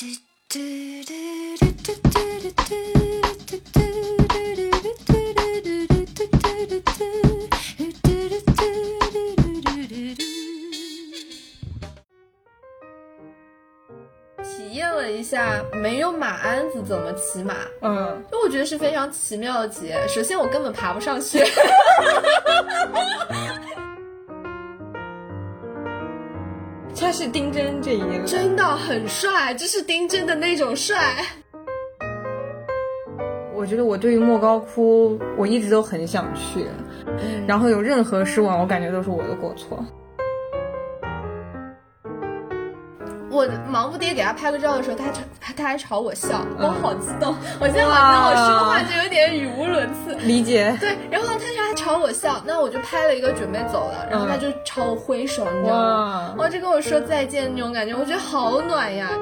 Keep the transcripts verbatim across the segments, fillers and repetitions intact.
体验了一下没有马鞍子怎么骑马， 嗯， 就我觉得是非常奇妙的体验。首先我根本爬不上去他是丁真这一个真的很帅，就是丁真的那种帅。 我觉得我对于莫高窟我一直都很想去、嗯、然后有任何失望我感觉都是我的过错。 我忙不迭给他拍个照的时候，他他他还朝我笑，我好激动。我现在晚上我说话就有点语无伦次。 理解。 对，然后他就还朝我笑，那我就拍了一个准备走了，然后他就朝我挥手，你知道吗？哇，就跟我说再见那种感觉，我觉得好暖呀。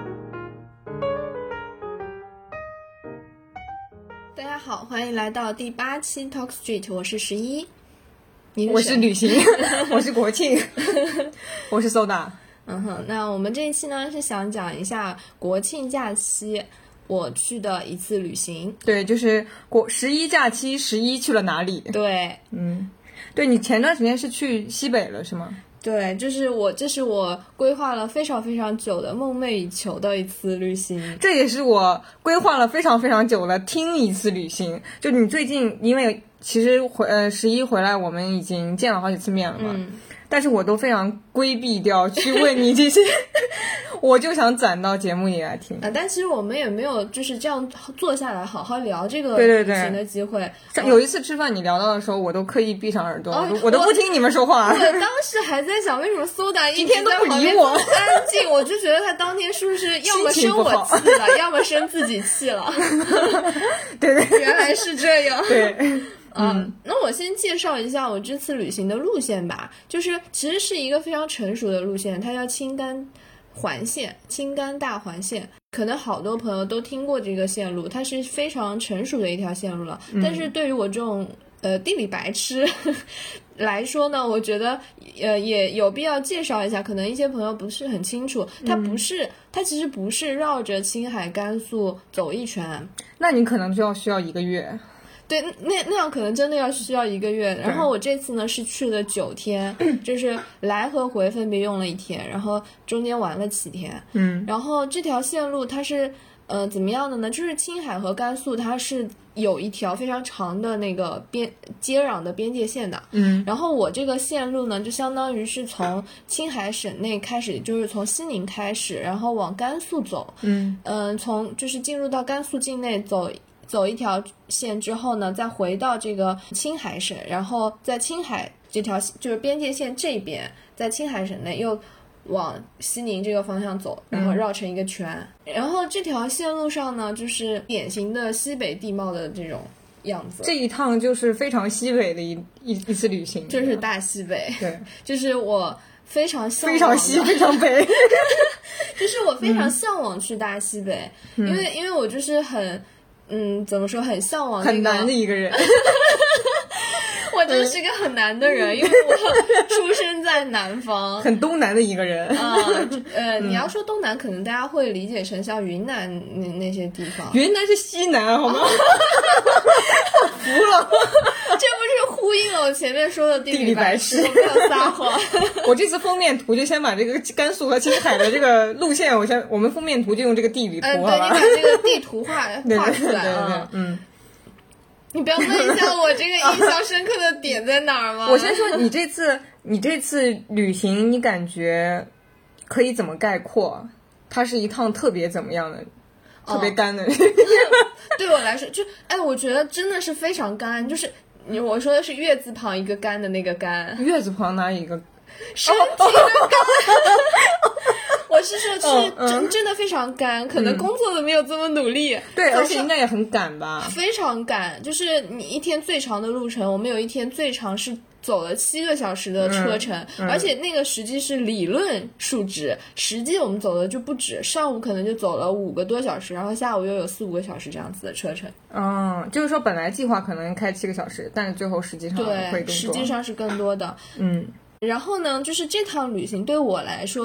大家好，欢迎来到第八期 Talk Street， 我是十一， 我是旅行，我是国庆，我是 Soda。 嗯哼，那我们这一期呢是想讲一下国庆假期我去的一次旅行。 对，就是国十一假期，十一去了哪里？ 对， 嗯，对，你前段时间是去西北了是吗？ 对，就是我，这是我规划了非常非常久的、梦寐以求的一次旅行。 这也是我规划了非常非常久的听一次旅行。就你最近，因为其实回呃十一回来，我们已经见了好几次面了嘛。嗯，但是我都非常规避掉去问你这些我就想攒到节目里来听啊。但其实我们也没有就是这样坐下来好好聊这个旅行的机会。 对对对，有一次吃饭你聊到的时候，我都刻意闭上耳朵、哦、我都不听你们说话。 我当时还在想为什么苏打一天都不理我安静，我就觉得他当天是不是要么生我气了要么生自己气了对对， 原来是这样。 对嗯，那我先介绍一下我这次旅行的路线吧。就是其实是一个非常成熟的路线，它叫青甘环线，青甘大环线。可能好多朋友都听过这个线路，它是非常成熟的一条线路了、嗯、但是对于我这种呃地理白痴来说呢，我觉得呃也有必要介绍一下，可能一些朋友不是很清楚。它不是、嗯、它其实不是绕着青海甘肃走一圈， 那你可能就要需要一个月。 对，那那样可能真的要需要一个月。然后我这次呢是去了九天，就是来和回分别用了一天，然后中间玩了七天。 嗯， 然后这条线路它是呃怎么样的呢？就是青海和甘肃它是有一条非常长的那个边接壤的边界线的。 嗯， 然后我这个线路呢就相当于是从青海省内开始，就是从西宁开始，然后往甘肃走。 嗯嗯、呃，从就是进入到甘肃境内走。走一条线之后呢，再回到这个青海省，然后在青海这条就是边界线这边，在青海省内又往西宁这个方向走，然后绕成一个圈、嗯、然后这条线路上呢就是典型的西北地貌的这种样子。 这一趟就是非常西北的一一一次旅行， 就是大西北。 对， 就是我非常向往非常西非常北就是我非常向往去大西北、嗯、因为因为我就是很嗯，怎么说，很向往、那个、 很难的一个人我真是一个很难的人、嗯、因为我出生在南方， 很东南的一个人啊、呃，呃、嗯，你要说东南可能大家会理解成像云南那那些地方。 云南是西南好吗服了这不是呼应了我前面说的地理白痴， 我没有撒谎我这次封面图就先把这个甘肃和青海的这个路线我先我们封面图就用这个地理图、 嗯、对，你把这个地图画画出来啊。 嗯， 你不要问一下我这个印象深刻的点在哪儿吗？ 我先说你这次你这次旅行你感觉可以怎么概括？它是一趟特别怎么样的？特别干的、哦、 对我来说就哎我觉得真的是非常干，就是你我说的是月字旁一个干的那个干。 月字旁哪一个？ 身体的干、哦、我是说是真、嗯、真的非常干，可能工作都没有这么努力、 嗯、对，而且应该也很赶吧。 非常赶，就是你一天最长的路程，我们有一天最长是走了七个小时的车程、嗯嗯、而且那个实际是理论数值，实际我们走的就不止，上午可能就走了五个多小时，然后下午又有四五个小时这样子的车程。 嗯，就是说本来计划可能开七个小时，但是最后实际上会更多。 对，实际上是更多的。 嗯， 然后呢就是这趟旅行对我来说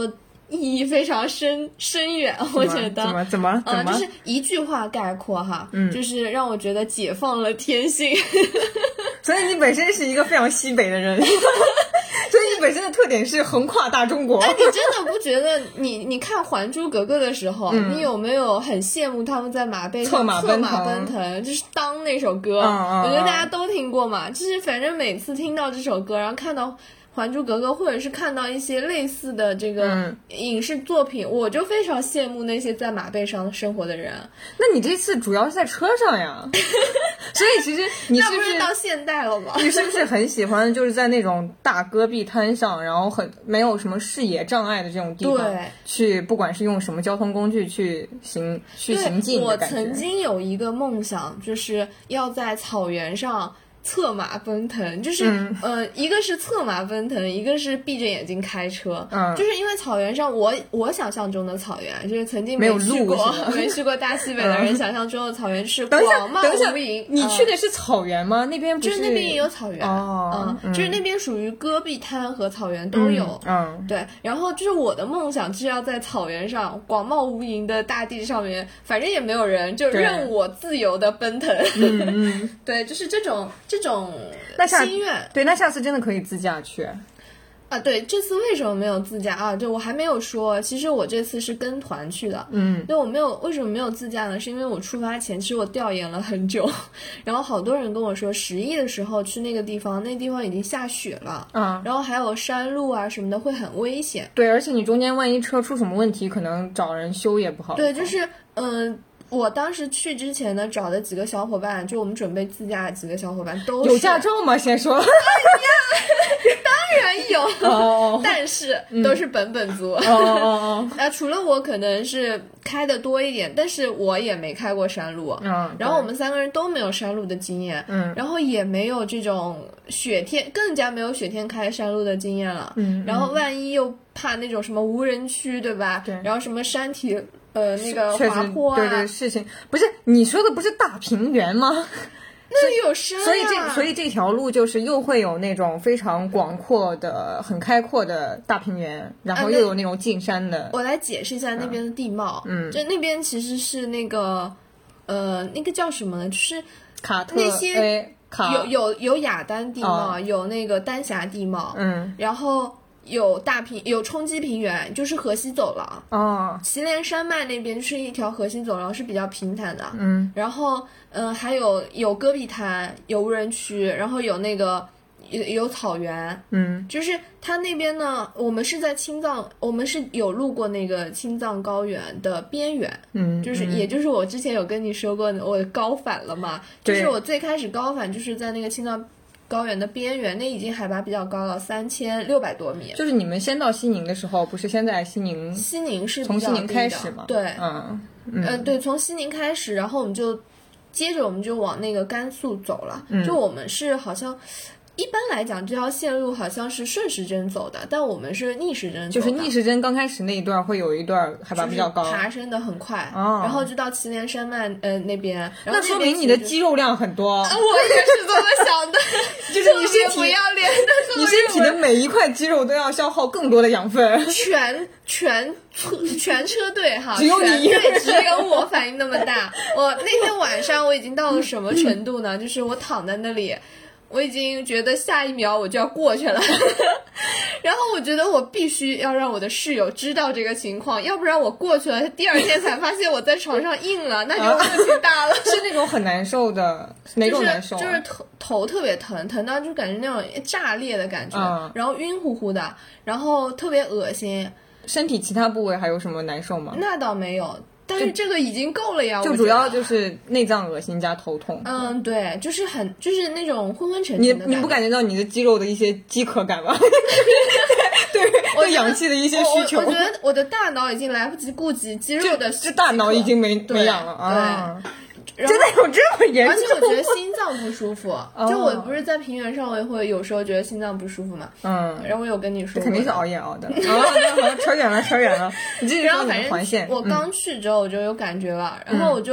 意义非常深深远，我觉得。 怎么怎么怎么？ 嗯，就是一句话概括哈， 嗯， 就是让我觉得解放了天性。 所以你本身是一个非常西北的人。所以你本身的特点是横跨大中国。 哎，你真的不觉得你你看《还珠格格》的时候、嗯，你有没有很羡慕他们在马背上策马奔腾？就是当那首歌、 嗯嗯， 我觉得大家都听过嘛。就是反正每次听到这首歌，然后看到《还珠格格》，或者是看到一些类似的这个影视作品、嗯，我就非常羡慕那些在马背上生活的人。 那你这次主要是在车上呀？所以其实你是不是到现代了吗？ 你是不是很喜欢就是在那种大戈壁滩上，然后很没有什么视野障碍的这种地方， 对， 去不管是用什么交通工具去行去行进的感觉？ 我曾经有一个梦想，就是要在草原上策马奔腾，就是、嗯、呃，一个是策马奔腾，一个是闭着眼睛开车。 嗯， 就是因为草原上，我我想象中的草原，就是曾经没去过没去过大西北的人、嗯、想象中的草原是广袤无垠。 你去的是草原吗？嗯、那边不是？就是那边也有草原。 哦， 嗯，就是那边属于戈壁滩和草原都有。 嗯，嗯对。然后就是我的梦想是要在草原上，广袤无垠的大地上面，反正也没有人，就任我自由的奔腾。 嗯嗯， 对，就是这种这种。 那下心愿对，那下次真的可以自驾去啊！对，这次为什么没有自驾啊？对，我还没有说，其实我这次是跟团去的。 嗯， 对，我没有为什么没有自驾呢？是因为我出发前其实我调研了很久，然后好多人跟我说，十一的时候去那个地方，那地方已经下雪了， 啊， 然后还有山路啊什么的，会很危险。 对，而且你中间万一车出什么问题，可能找人修也不好。 对，就是嗯。呃我当时去之前呢，找的几个小伙伴，就我们准备自驾的几个小伙伴都有驾照吗？先说。哎呀，当然有， 哦、 但是都是本本族。 哦哦哦。啊，除了我可能是开的多一点，但是我也没开过山路。 嗯。 然后我们三个人都没有山路的经验。 嗯。 然后也没有这种雪天，更加没有雪天开山路的经验了。 嗯。 然后万一又怕那种什么无人区，对吧？ 对。 然后什么山体。呃，那个滑坡啊， 对对，事情不是你说的不是大平原吗？ 那有山啊， 所以这所以这条路就是又会有那种非常广阔的、很开阔的大平原，然后又有那种进山的。 啊、我来解释一下那边的地貌， 嗯， 就那边其实是那个呃，那个叫什么呢？就是卡特那些卡有有有雅丹地貌，哦、有那个丹霞地貌， 嗯， 然后。有大平有冲积平原，就是河西走廊哦。 祁连山脉那边就是一条河西走廊，是比较平坦的。 嗯， 然后嗯、呃，还有有戈壁滩，有无人区，然后有那个有有草原。 嗯， 就是它那边呢，我们是在青藏，我们是有路过那个青藏高原的边缘。 嗯， 就是也就是我之前有跟你说过，我高反了嘛。就是我最开始高反就是在那个青藏高原的边缘，那已经海拔比较高了，三千六百多米。 就是你们先到西宁的时候，不是先在西宁？ 西宁是从西宁开始嘛？ 对， 嗯嗯、呃，对，从西宁开始，然后我们就接着我们就往那个甘肃走了。 嗯、 就我们是好像一般来讲这条线路好像是顺时针走的，但我们是逆时针走的。 就是逆时针刚开始那一段会有一段海拔比较高， 就是、爬升的很快， 哦、 然后就到祁连山脉呃那边。然后那说明你的肌肉量很多。 我也是这么想的。 就是你身体不要脸的， 你身体的每一块肌肉都要消耗更多的养分。 全全全车队哈， 只有你， 对，只有我反应那么大。我那天晚上我已经到了什么程度呢？就是我躺在那里，我已经觉得下一秒我就要过去了。然后我觉得我必须要让我的室友知道这个情况，要不然我过去了，第二天才发现我在床上硬了，那就问题大了。 是那种很难受的，哪种难受、啊？ 就是、就是头头特别疼，疼到就感觉那种炸裂的感觉， 嗯、 然后晕乎乎的，然后特别恶心。 身体其他部位还有什么难受吗？ 那倒没有。但是这个已经够了呀， 就主要就是内脏恶心加头痛。 嗯，对，就是很就是那种昏昏沉沉的感觉。 你你不感觉到你的肌肉的一些饥渴感吗？对，对氧气的一些需求。 我, 我觉得我的大脑已经来不及顾及肌肉的需求， 这大脑已经没没氧了啊。 真的有这么严重？ 而且我觉得心脏不舒服。哦、就我不是在平原上，我也会有时候觉得心脏不舒服嘛。 嗯， 然后我有跟你说， 肯定是熬夜熬的。啊，扯远了，扯远了。你继续说你的环线。 我刚去之后我就有感觉了，嗯、然后我就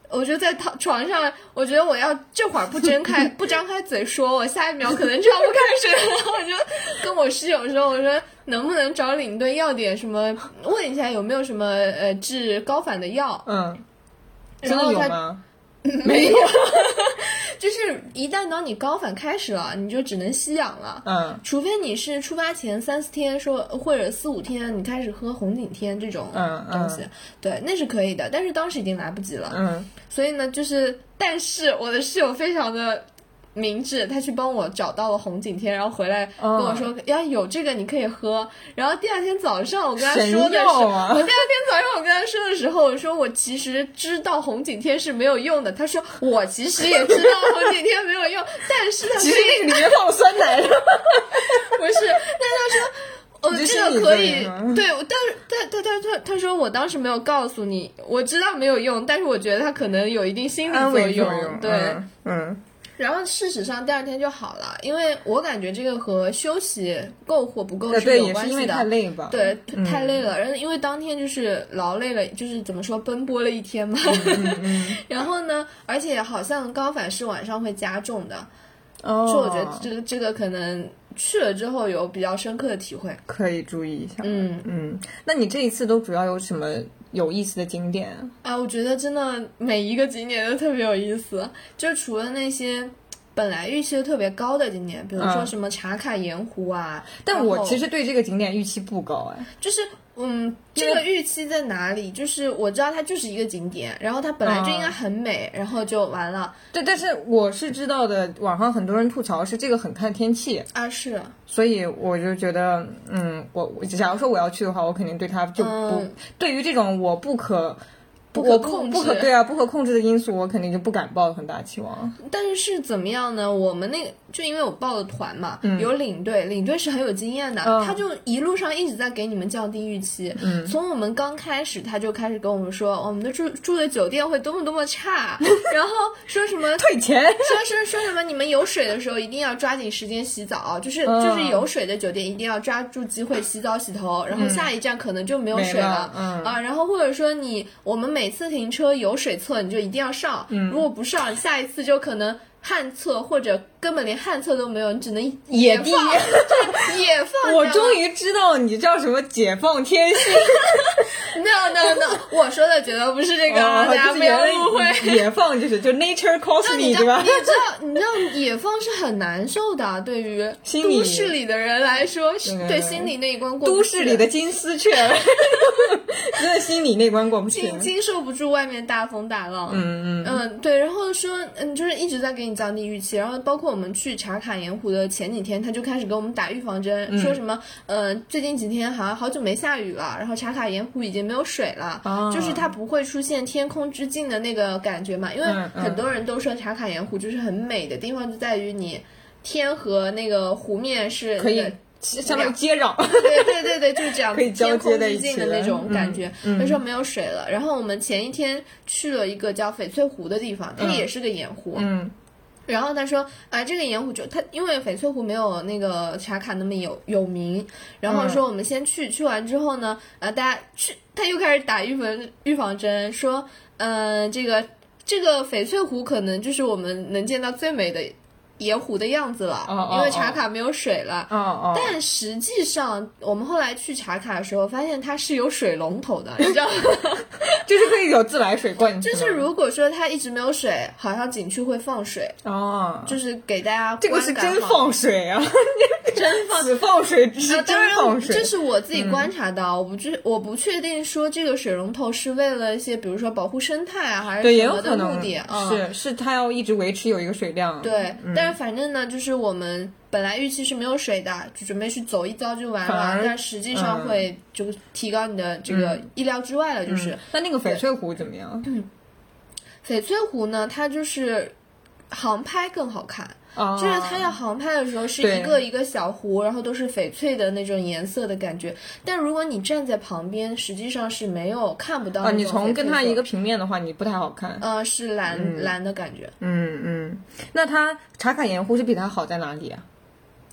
我就在床上，我觉得我要这会儿不睁开不张开嘴说，我下一秒可能张不开水了。我就跟我室友说，我说能不能找领队要点什么，问一下有没有什么呃治高反的药。 嗯，真的有吗？ 没有。就是一旦当你高反开始了，你就只能吸氧了。 嗯， 除非你是出发前三四天说，或者四五天你开始喝红景天这种东西， 嗯嗯、 对，那是可以的。但是当时已经来不及了。 嗯， 所以呢，就是但是我的室友非常的明智，他去帮我找到了红景天，然后回来跟我说，要、哦、有这个你可以喝。然后第二天早上我跟他说的是， 啊、 我第二天早上我跟他说的时候，我说我其实知道红景天是没有用的。他说我其实也知道红景天没有用，但是他其实里面放酸奶的， 不是，但他说。哦，这个可以，对，但是他他他他他说我当时没有告诉你，我知道没有用，但是我觉得他可能有一定心理作用， 用对， 嗯。嗯， 然后事实上第二天就好了，因为我感觉这个和休息够或不够是有关系的。 对，也是因为太累吧？ 对， 嗯、 太累了。然后因为当天就是劳累了，就是怎么说奔波了一天嘛。 嗯嗯嗯、 然后呢，而且好像高反是晚上会加重的。 哦， 所以我觉得这个这个可能去了之后有比较深刻的体会， 可以注意一下。 嗯嗯，那你这一次都主要有什么有意思的景点啊？ 啊，我觉得真的每一个景点都特别有意思，就除了那些本来预期的特别高的景点，比如说什么茶卡盐湖啊、 嗯、但我其实对这个景点预期不高哎， 就是嗯，这个预期在哪里？就是我知道它就是一个景点，然后它本来就应该很美，嗯、然后就完了。 对，但是我是知道的，网上很多人吐槽是这个很看天气啊，是， 所以我就觉得，嗯，我假如说我要去的话，我肯定对它就不、嗯、对于这种我不可。 不可控制， 不可对啊，不可控制的因素，我肯定就不敢抱很大期望。 但是是怎么样呢？我们那个就因为我报了团嘛， 嗯、 有领队，领队是很有经验的， 嗯、 他就一路上一直在给你们降低预期。 嗯， 从我们刚开始他就开始跟我们说，我们的住住的酒店会多么多么差，然后说什么退钱， 说说说什么你们有水的时候一定要抓紧时间洗澡，就是、 嗯、 就是有水的酒店一定要抓住机会洗澡洗头，然后下一站可能就没有水了， 嗯啊，然后或者说你我们每次停车有水测你就一定要上， 嗯、 如果不上，下一次就可能旱厕或者根本连旱厕都没有，你只能野地野放。 我终于知道你叫什么解放天性。 no no no， 我说的绝对不是这个， 哦、 大家不要误会。 野放就是就 nature calls me 对吧？ 你知道你知道野放是很难受的，对于都市里的人来说， 对, 对心理那一关过不去。 都市里的金丝雀，真的心理那关过不去， 经经受不住外面大风大浪。 嗯嗯嗯，对，然后说嗯，就是一直在给你降低预期，然后包括我们去茶卡盐湖的前几天，他就开始给我们打预防针， 嗯、 说什么呃最近几天好像好久没下雨了，然后茶卡盐湖已经没有水了， 哦、 就是它不会出现天空之镜的那个感觉嘛，因为很多人都说茶卡盐湖就是很美的地方就在于你天和那个湖面是可以相当于接壤， 对对对对，就是这样， 可以交接在一起天空之镜的那种感觉。 嗯、 他说没有水了，然后我们前一天去了一个叫翡翠湖的地方，它也是个盐湖。 嗯。 然后他说啊、呃，这个盐湖就它因为翡翠湖没有那个茶卡那么有有名，然后说我们先去，嗯、去完之后呢，啊、呃，大家去，他又开始打预防预防针，说，嗯、呃，这个这个翡翠湖可能就是我们能见到最美的盐湖的样子了， 哦、 因为茶卡没有水了。 哦哦。 但实际上，我们后来去茶卡的时候，发现它是有水龙头的，你知道吗？ 就是可以有自来水灌进去。 就是如果说它一直没有水，好像景区会放水。 哦。 就是给大家这个是真放水啊！ 真放只放水，只是真放水。 这是我自己观察到，嗯、我不确我不确定说这个水龙头是为了一些，比如说保护生态啊，还是什么的目的？ 嗯、是是，它要一直维持有一个水量。 对， 嗯、 但是反正呢，就是我们本来预期是没有水的，就准备去走一遭就完了，但实际上会就提高你的这个意料之外了，就是。 嗯、那那个翡翠湖怎么样？ 嗯，翡翠湖呢，它就是航拍更好看。 哦、 就是它要航拍的时候是一个一个小湖，然后都是翡翠的那种颜色的感觉。但如果你站在旁边，实际上是没有看不到那种翡翠色。 哦，你从跟它一个平面的话，你不太好看。 呃，是蓝、 嗯、 蓝的感觉。 嗯嗯，那它茶卡盐湖是比它好在哪里啊？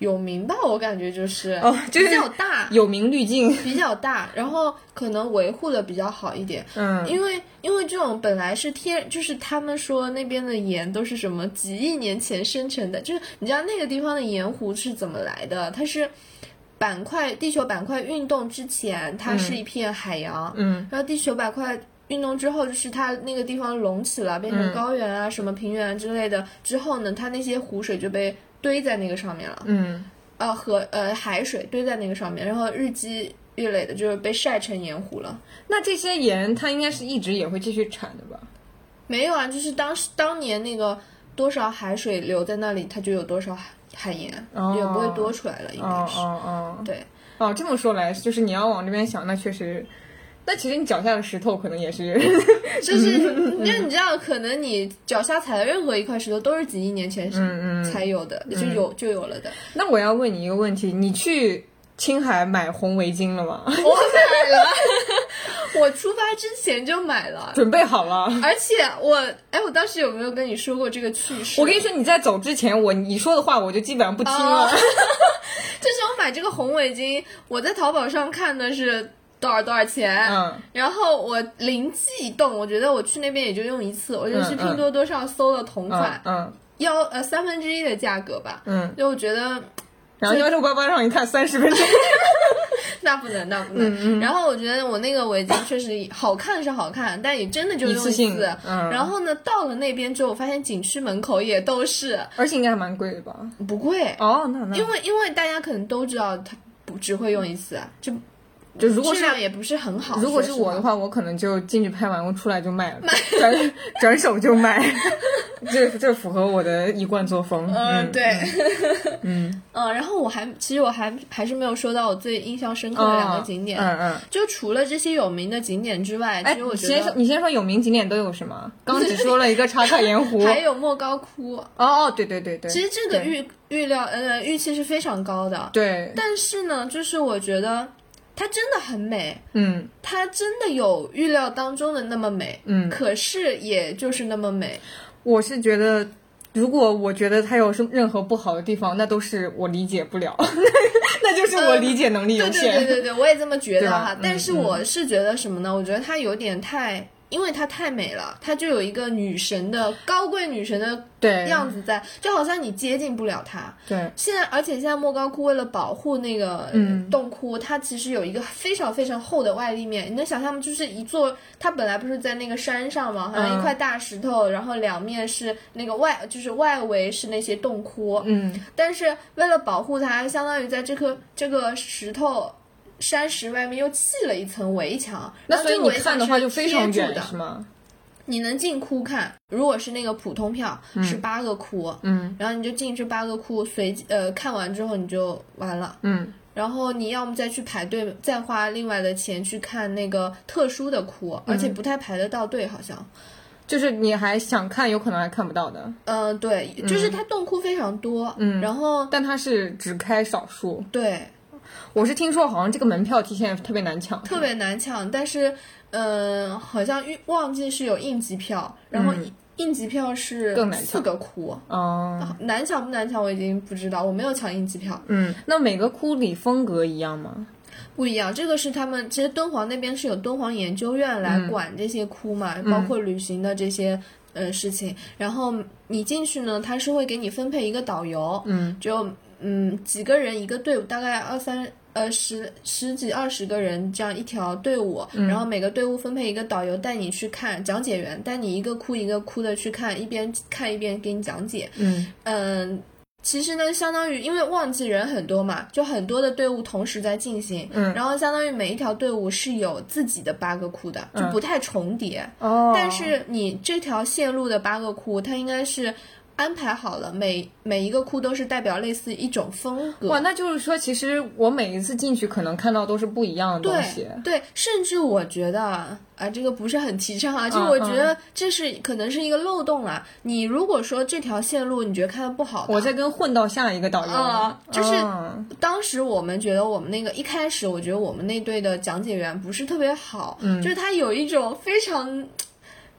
有名吧，我感觉就是哦，就是比较大， 有名滤镜比较大，然后可能维护的比较好一点。 嗯， 因为因为这种本来是天，就是他们说那边的盐都是什么几亿年前生成的，就是你知道那个地方的盐湖是怎么来的？它是板块地球板块运动之前，它是一片海洋， 嗯， 然后地球板块运动之后，就是它那个地方隆起了，变成高原啊、嗯、什么平原啊之类的，之后呢，它那些湖水就被堆在那个上面了， 嗯， 呃河呃海水堆在那个上面，然后日积月累的就是被晒成盐湖了。 那这些盐它应该是一直也会继续产的吧？ 没有啊，就是当时当年那个多少海水留在那里，它就有多少海盐， 哦、 也不会多出来了，应该是。 哦哦哦， 对。 哦，这么说来，就是你要往这边想，那确实。那其实你脚下的石头可能也是， 就是因为你知道，可能你脚下踩的任何一块石头都是几亿年前才有的，嗯嗯、就有就有了的。 那我要问你一个问题，你去青海买红围巾了吗？ 我买了，我出发之前就买了， 准备好了。 而且我，哎，我当时有没有跟你说过这个趣事？ 我跟你说，你在走之前，我你说的话我就基本上不听了。哦、 就是我买这个红围巾，我在淘宝上看的是。多少多少钱？ 嗯， 然后我灵机一动，我觉得我去那边也就用一次，我就去拼多多上搜了同款， 嗯，嗯要呃三分之一的价格吧， 嗯， 就我觉得， 然后幺六八八上一看三十分之一， 那不能，那不能。 嗯嗯、 然后我觉得我那个围巾确实好看是好看，但也真的就用一次性。 嗯，然后呢，到了那边之后，我发现景区门口也都是， 而且应该还蛮贵的吧？ 不贵哦，那那因为因为大家可能都知道，它不只会用一次，就。 就如果是质量也不是很好， 如果是我的话，我可能就进去拍完，我出来就卖了，转转手就卖，这这符合我的一贯作风。 嗯， 嗯对， 嗯嗯，然后我还其实我还还是没有说到我最印象深刻的两个景点， 哦、嗯嗯， 就除了这些有名的景点之外，其实我觉得你先说，你先说有名景点都有什么？刚刚只说了一个茶卡盐湖， 还有莫高窟。 哦哦，对对对对， 其实这个预预料呃预期是非常高的， 对， 但是呢，就是我觉得。它真的很美， 嗯， 它真的有预料当中的那么美， 嗯， 可是也就是那么美。 我是觉得，如果我觉得它有什任何不好的地方，那都是我理解不了，那就是我理解能力有限。 呃、对对对对，我也这么觉得哈。 嗯、 但是我是觉得什么呢？我觉得它有点太。因为它太美了，它就有一个女神的高贵女神的样子在，就好像你接近不了它。 对， 现在而且现在莫高窟为了保护那个洞窟，嗯、它其实有一个非常非常厚的外立面。你能想象吗？就是一座，它本来不是在那个山上嘛，好像一块大石头，嗯、然后两面是那个外，就是外围是那些洞窟。 嗯， 但是为了保护它，相当于在这颗这个石头。山石外面又砌了一层围墙， 那所以你看的话就非常远是吗？ 你能进窟看，如果是那个普通票、嗯、是八个窟， 嗯， 然后你就进去八个窟，随呃看完之后你就完了， 嗯， 然后你要么再去排队，再花另外的钱去看那个特殊的窟，而且不太排得到队，好像。 就是你还想看，有可能还看不到的。 嗯、呃，对，就是它洞窟非常多， 嗯， 然后但它是只开少数， 对。 我是听说好像这个门票提现特别难抢， 特别难抢，但是，呃，好像忘记是有应急票，然后应急票是四个窟， 哦、 嗯，难抢不难抢我已经不知道，我没有抢应急票。 嗯，那每个窟里风格一样吗？ 不一样，这个是他们其实敦煌那边是有敦煌研究院来管这些窟嘛， 嗯、 包括旅行的这些。呃，事情，然后你进去呢，他是会给你分配一个导游， 嗯， 就嗯几个人一个队伍，大概二三呃十十几二十个人这样一条队伍， 嗯、 然后每个队伍分配一个导游带你去看，讲解员带你一个窟一个窟的去看，一边看一边给你讲解， 嗯嗯。呃其实呢，相当于因为旺季人很多嘛，就很多的队伍同时在进行， 嗯， 然后相当于每一条队伍是有自己的八个窟的，就不太重叠。 哦、嗯， 但是你这条线路的八个窟，它应该是安排好了，每每一个窟都是代表类似一种风格。 哇，那就是说，其实我每一次进去可能看到都是不一样的东西。 对，对，甚至我觉得啊，这个不是很提倡啊，就我觉得这是可能是一个漏洞啦。嗯、你如果说这条线路你觉得看的不好， 我再跟混到下一个导游。 啊、呃，就是、 嗯、 当时我们觉得我们那个一开始，我觉得我们那队的讲解员不是特别好， 嗯， 就是他有一种非常。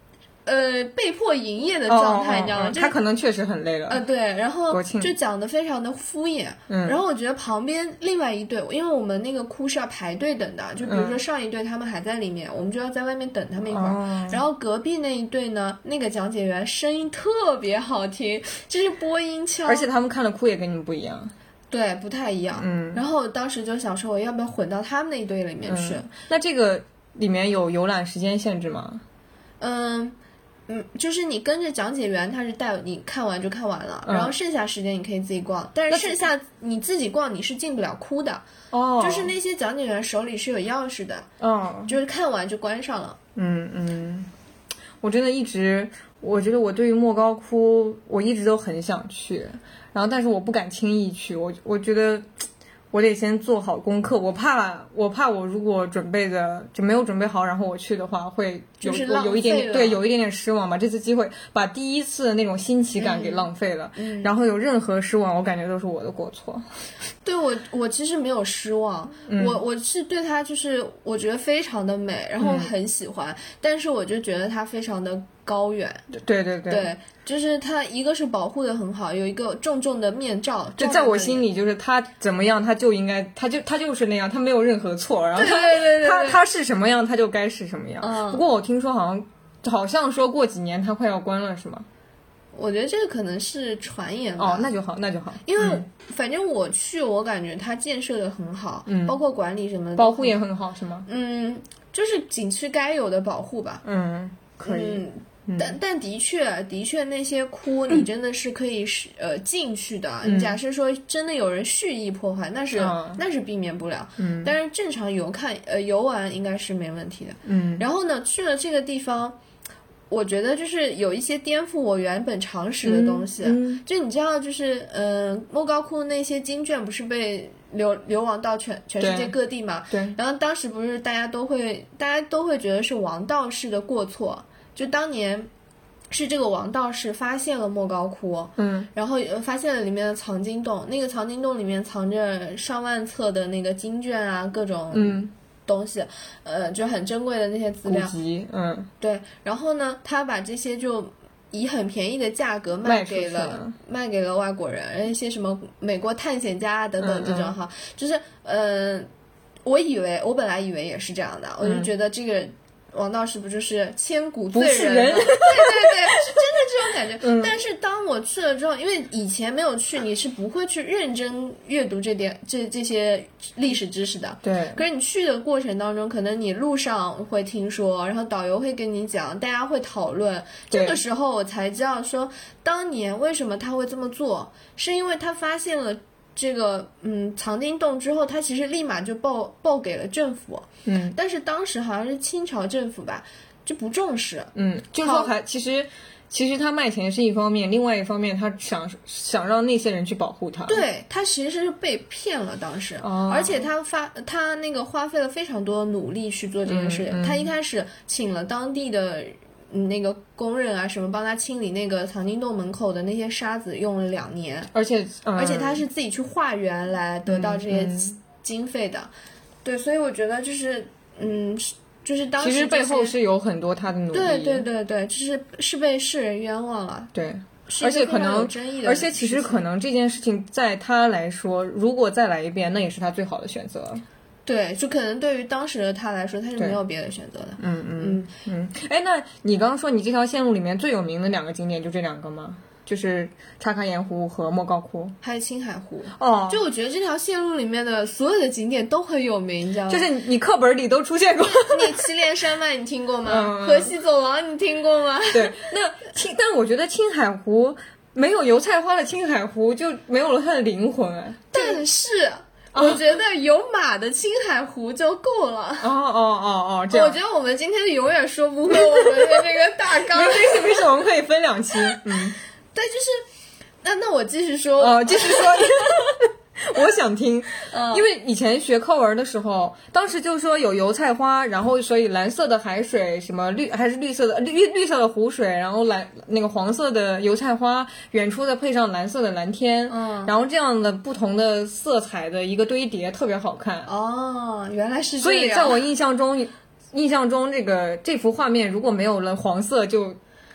呃被迫营业的状态， 哦哦哦你知道吗？ 他可能确实很累了。 呃，对，然后国庆就讲的非常的敷衍。 嗯， 然后我觉得旁边另外一队，因为我们那个窟是要排队等的，就比如说上一队他们还在里面，嗯、我们就要在外面等他们一会儿。 哦、 然后隔壁那一队呢，那个讲解员声音特别好听，就是播音腔， 而且他们看的窟也跟你们不一样。 对，不太一样。 嗯， 然后当时就想说，我要不要混到他们那一队里面去？ 嗯、那这个里面有游览时间限制吗？ 嗯。嗯，就是你跟着讲解员，他是带你看完就看完了， 嗯、 然后剩下时间你可以自己逛，但是剩下你自己逛你是进不了窟的。 哦， 就是那些讲解员手里是有钥匙的。 哦， 就是看完就关上了。 嗯嗯，我真的一直，我觉得我对于莫高窟，我一直都很想去，然后但是我不敢轻易去，我我觉得。我得先做好功课，我怕我怕我如果准备的就没有准备好，然后我去的话会有就是有一点点对有一点点失望吧。这次机会把第一次的那种新奇感给浪费了， 嗯嗯、 然后有任何失望，我感觉都是我的过错。 对我我其实没有失望， 嗯、 我我是对它就是我觉得非常的美，然后很喜欢，嗯、但是我就觉得它非常的高远。 对对对对。就是它一个是保护的很好，有一个重重的面罩， 就在我心里就是它怎么样它就应该它就它就是那样，它没有任何错，然后它对对对对它它是什么样它就该是什么样。 嗯、 不过我听说好像好像说过几年它快要关了是吗？ 我觉得这个可能是传言吧。 哦，那就好，那就好。 因为反正我去，我感觉它建设的很好， 嗯， 包括管理什么的， 保护也很好，是吗？ 嗯，就是景区该有的保护吧。 嗯，可以。 嗯但但的确，的确那些窟你真的是可以是、嗯、呃进去的。 嗯、 假设说真的有人蓄意破坏，那是、 嗯、 那是避免不了。 嗯， 但是正常游看呃游玩应该是没问题的。 嗯， 然后呢，去了这个地方，我觉得就是有一些颠覆我原本常识的东西。 嗯嗯、 就你知道，就是嗯、呃，莫高窟那些经卷不是被流流亡到全全世界各地嘛？ 对。 然后当时不是大家都会大家都会觉得是王道士的过错。就当年是这个王道士发现了莫高窟， 嗯， 然后发现了里面的藏经洞，那个藏经洞里面藏着上万册的那个经卷啊，各种嗯东西，呃，就很珍贵的那些资料， 古籍，嗯， 对。然后呢，他把这些就以很便宜的价格卖给了, 了卖给了外国人，一些什么美国探险家等等这种哈，嗯嗯就是呃，我以为我本来以为也是这样的，我就觉得这个。嗯王道士不就是千古罪人吗？ 人对对对，是真的这种感觉。 嗯、 但是当我去了之后，因为以前没有去，你是不会去认真阅读这点这这些历史知识的。 对。 可是你去的过程当中，可能你路上会听说，然后导游会跟你讲，大家会讨论。这个时候我才知道说，当年为什么他会这么做，是因为他发现了。这个嗯藏经洞之后，他其实立马就报报给了政府， 嗯， 但是当时好像是清朝政府吧，就不重视， 嗯，就是说还其实其实他卖钱是一方面，另外一方面他想想让那些人去保护他， 对他其实是被骗了当时， 哦、 而且他发他那个花费了非常多努力去做这件事， 嗯嗯、 他一开始请了当地的。嗯，那个工人啊，什么帮他清理那个藏经洞门口的那些沙子，用了两年， 而且、嗯、 而且他是自己去化缘来得到这些经费的， 嗯嗯、 对，所以我觉得就是嗯，就是当时其实背后是有很多他的努力， 对对对对，就是是被世人冤枉了， 对，而且可能，而且其实可能这件事情在他来说，如果再来一遍，那也是他最好的选择。 对，就可能对于当时的他来说，他是没有别的选择的。 嗯嗯嗯。哎，那你刚刚说你这条线路里面最有名的两个景点就这两个吗？就是茶卡盐湖和莫高窟， 还有青海湖。 哦， 就我觉得这条线路里面的所有的景点都很有名，你知道吗？ 就是你课本里都出现过。 你祁连山脉你听过吗？ 嗯、 河西走廊你听过吗？ 对，那青，但我觉得青海湖没有油菜花的青海湖就没有了它的灵魂哎。 但是。我觉得有马的青海湖就够了。 哦哦哦哦，这样。 我觉得我们今天永远说不回我们的这个大纲。 没事没事，我们可以分两期。嗯， 对，就是那那我继续说。 哦，继续说。我想听， 嗯， 因为以前学课文的时候，当时就说有油菜花，然后所以蓝色的海水，什么绿还是绿色的绿绿色的湖水，然后蓝那个黄色的油菜花，远处再配上蓝色的蓝天， 嗯， 然后这样的不同的色彩的一个堆叠，特别好看。 哦，原来是这样。 所以在我印象中，印象中这个这幅画面如果没有了黄色就。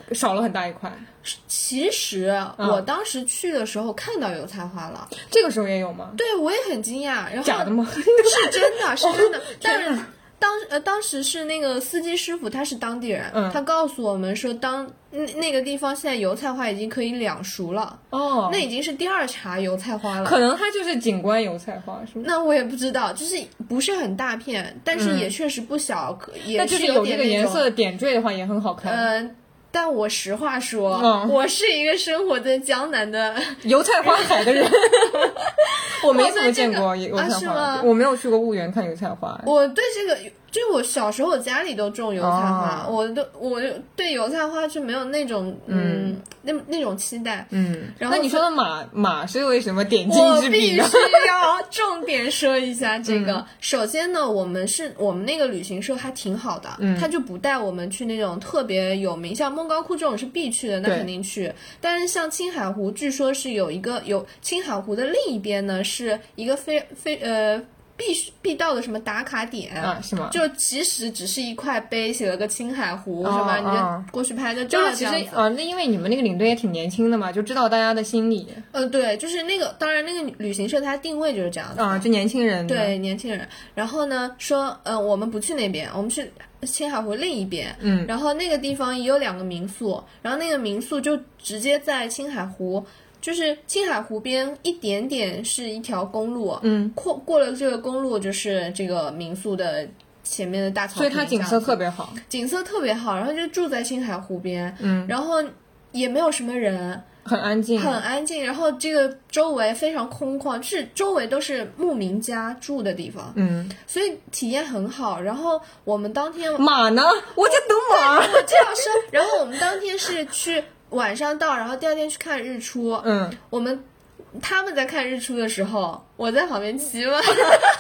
少了很大一块。 其实、嗯、我当时去的时候看到油菜花了， 这个时候也有吗？ 对，我也很惊讶。然后假的吗？ 是真的，是真的。 哦、 但是当呃当时是那个司机师傅，他是当地人， 嗯、 他告诉我们说当那那个地方现在油菜花已经可以两熟了。 哦， 那已经是第二茬油菜花了。 可能它就是景观油菜花，是吗？ 那我也不知道，就是不是很大片，但是也确实不小，嗯、也那就是有这个颜色的点缀的话也很好看。 嗯。呃但我实话说、 嗯、 我是一个生活在江南的油菜花海的人我没怎么见过油菜花、 啊、 我没有去过婺源看油菜花。 我对这个就是我小时候我家里都种油菜花、 哦、 我都我对油菜花就没有那种嗯, 嗯那那种期待。 嗯， 然后那你说的马马是为什么点睛之笔呢？ 我必须要重点说一下这个、嗯、首先呢我们是我们那个旅行社还挺好的、嗯、他就不带我们去那种特别有名，像孟高窟这种是必去的，那肯定去。但是像青海湖据说是有一个有青海湖的另一边呢是一个非非呃必须必到的什么打卡点啊？是吗？ 就其实只是一块碑写了个青海湖、哦、什么，你就过去拍个照， 就是其实啊，那因为你们那个领队也挺年轻的嘛，就知道大家的心理。 呃，对，就是那个，当然那个旅行社它定位就是这样子啊，就年轻人。 对，年轻人。然后呢，说呃，我们不去那边，我们去青海湖另一边。 嗯。 然后那个地方也有两个民宿，然后那个民宿就直接在青海湖。就是青海湖边一点点是一条公路， 嗯， 过过了这个公路就是这个民宿的前面的大草坪， 所以它景色特别好， 景色特别好，然后就住在青海湖边， 嗯， 然后也没有什么人， 很安静， 很安静，然后这个周围非常空旷，就是周围都是牧民家住的地方， 嗯， 所以体验很好。然后我们当天马呢？我在等马， 我这样说。然后我们当天是去。晚上到，然后第二天去看日出。 嗯， 我们他们在看日出的时候，我在旁边骑马。就是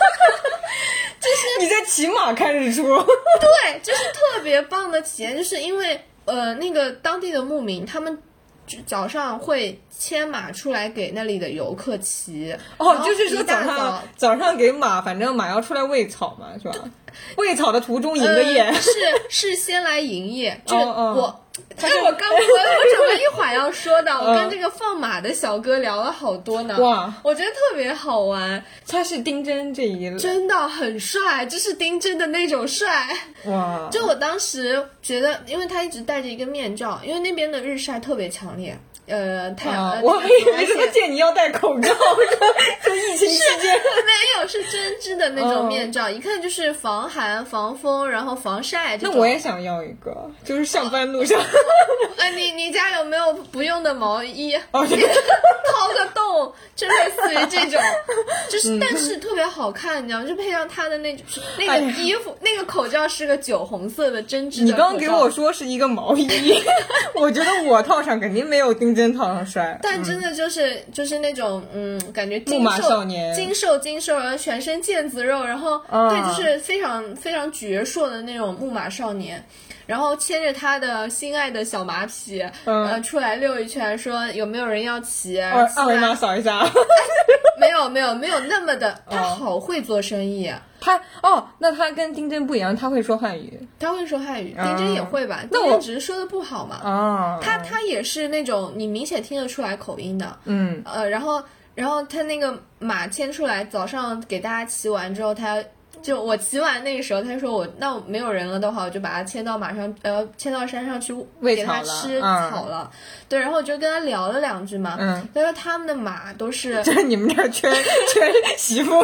你在骑马看日出？ 对，就是特别棒的体验。就是因为呃，那个当地的牧民，他们早上会牵马出来给那里的游客骑。 哦，就是说早上早上给马，反正马要出来喂草嘛，是吧？喂草的途中营个业。 呃、是是先来营业，这个、 哦哦、 我。但是我刚我我准备一会儿要说的，我跟这个放马的小哥聊了好多呢。 哇， 我觉得特别好玩。 他是丁真这一类， 真的很帅，就是丁真的那种帅。 哇！ 就我当时觉得，因为他一直戴着一个面罩，因为那边的日晒特别强烈。呃，太阳、 啊，我还以为是他见你要戴口罩，就疫情期间没有，是针织的那种面罩，哦、一看就是防寒、防风，然后防晒这种。 那我也想要一个，就是上班路上。 哎、呃，你你家有没有不用的毛衣？ 哦， 掏个洞，就类似于这种，就是、嗯、但是特别好看，你知道，就配上他的那那个衣服，哎、那个口罩是个酒红色的针织的。 你刚刚给我说是一个毛衣，我觉得我套上肯定没有丁真套上帅， 但真的就是、嗯、就是那种嗯，感觉木马少年， 精瘦精瘦，然后全身腱子肉，然后、啊、对，就是非常非常矍铄的那种木马少年。然后牵着他的心爱的小马匹，嗯、呃，出来溜一圈，说有没有人要骑？ 二二维码扫一下。 没有没有没有那么的，他好会做生意。哦、 他哦，那他跟丁真不一样，他会说汉语。 他会说汉语，丁真也会吧？ 那我丁真只是说的不好嘛。 啊， 他他也是那种你明显听得出来口音的。 嗯， 呃，然后然后他那个马牵出来，早上给大家骑完之后，他。就我骑完那个时候，他说我那我没有人了的话，我就把他牵到马上，呃，牵到山上去给他吃草了。嗯、对，然后我就跟他聊了两句嘛。 嗯。 他说他们的马都是。 就是你们这儿缺缺媳妇。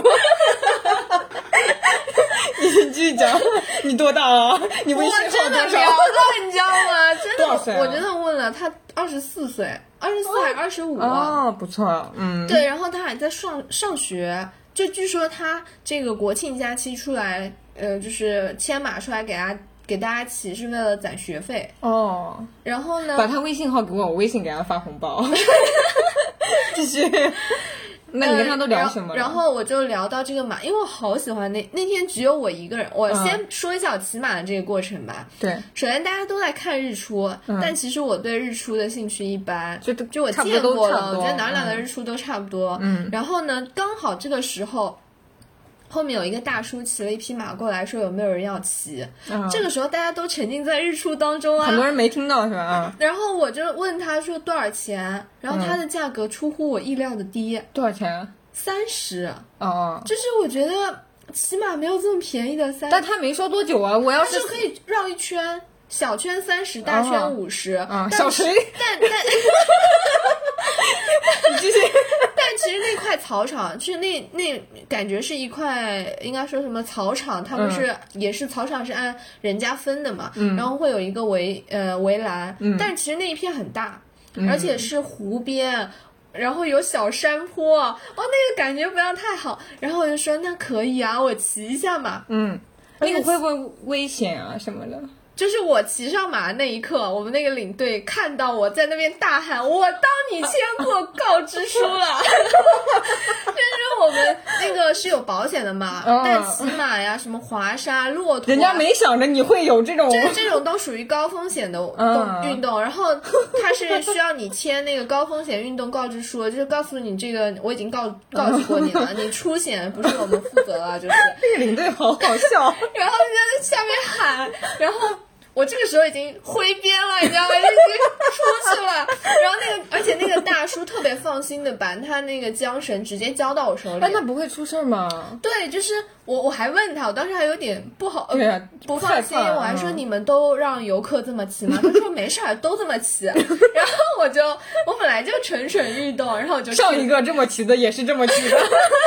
你继续讲，你多大啊？你微信号多少？ 我真的聊了，你知道吗？真的， 多少岁啊、 我真的问了他，二十四岁，二十四还是二十五？ 哦，不错，嗯。 对，然后他还在上上学。就据说他这个国庆假期出来，呃，就是牵马出来给他给大家骑，是为了攒学费哦。 然后呢， 把他微信号给我，我微信给他发红包。继续。那你跟他都聊什么、 呃然？然后我就聊到这个马，因为我好喜欢那那天只有我一个人。我先说一下我骑马的这个过程吧。 对、 嗯，首先大家都在看日出、嗯，但其实我对日出的兴趣一般， 就就我见过了，我觉得哪哪的日出都差不多。 嗯， 然后呢，刚好这个时候。 后面有一个大叔骑了一匹马过来，说有没有人要骑、 嗯、 这个时候大家都沉浸在日出当中啊， 很多人没听到是吧？ 然后我就问他说多少钱，然后他的价格出乎我意料的低。 多少钱？ 三十。 哦， 就是我觉得起码没有这么便宜的三十， 但他没说多久啊，我要是就可以绕一圈，小圈三十，大圈五十、 哦嗯、小锤但但你继续但其实那块草场就是那那感觉是一块应该说什么草场，他们是、嗯、也是草场是按人家分的嘛、 嗯、 然后会有一个围呃围栏、 嗯、 但其实那一片很大、嗯、而且是湖边，然后有小山坡，哦，那个感觉不要太好，然后我就说那可以啊，我骑一下嘛。 嗯，那个会不会危险啊什么的？ 就是我骑上马那一刻，我们那个领队看到我在那边大喊我当你签过告知书了就是我们那个是有保险的嘛、嗯、但骑马呀什么滑沙骆驼， 人家没想着你会有这种这这种都属于高风险的动、嗯、运动，然后它是需要你签那个高风险运动告知书，就是告诉你这个我已经告告诉过你了、嗯、你出险不是我们负责了，就是那个领队好好笑然后就在下面喊，然后我这个时候已经挥鞭了，你知道吗？就已经出去了。然后那个，而且那个大叔特别放心的把他那个缰绳直接交到我手里。 那他不会出事吗？ 对，就是我，我还问他，我当时还有点不好， 对啊、 不放心，我还说、嗯、你们都让游客这么骑吗？他说没事儿，都这么骑。然后我就，我本来就蠢蠢欲动，然后我就上一个这么骑的也是这么骑的。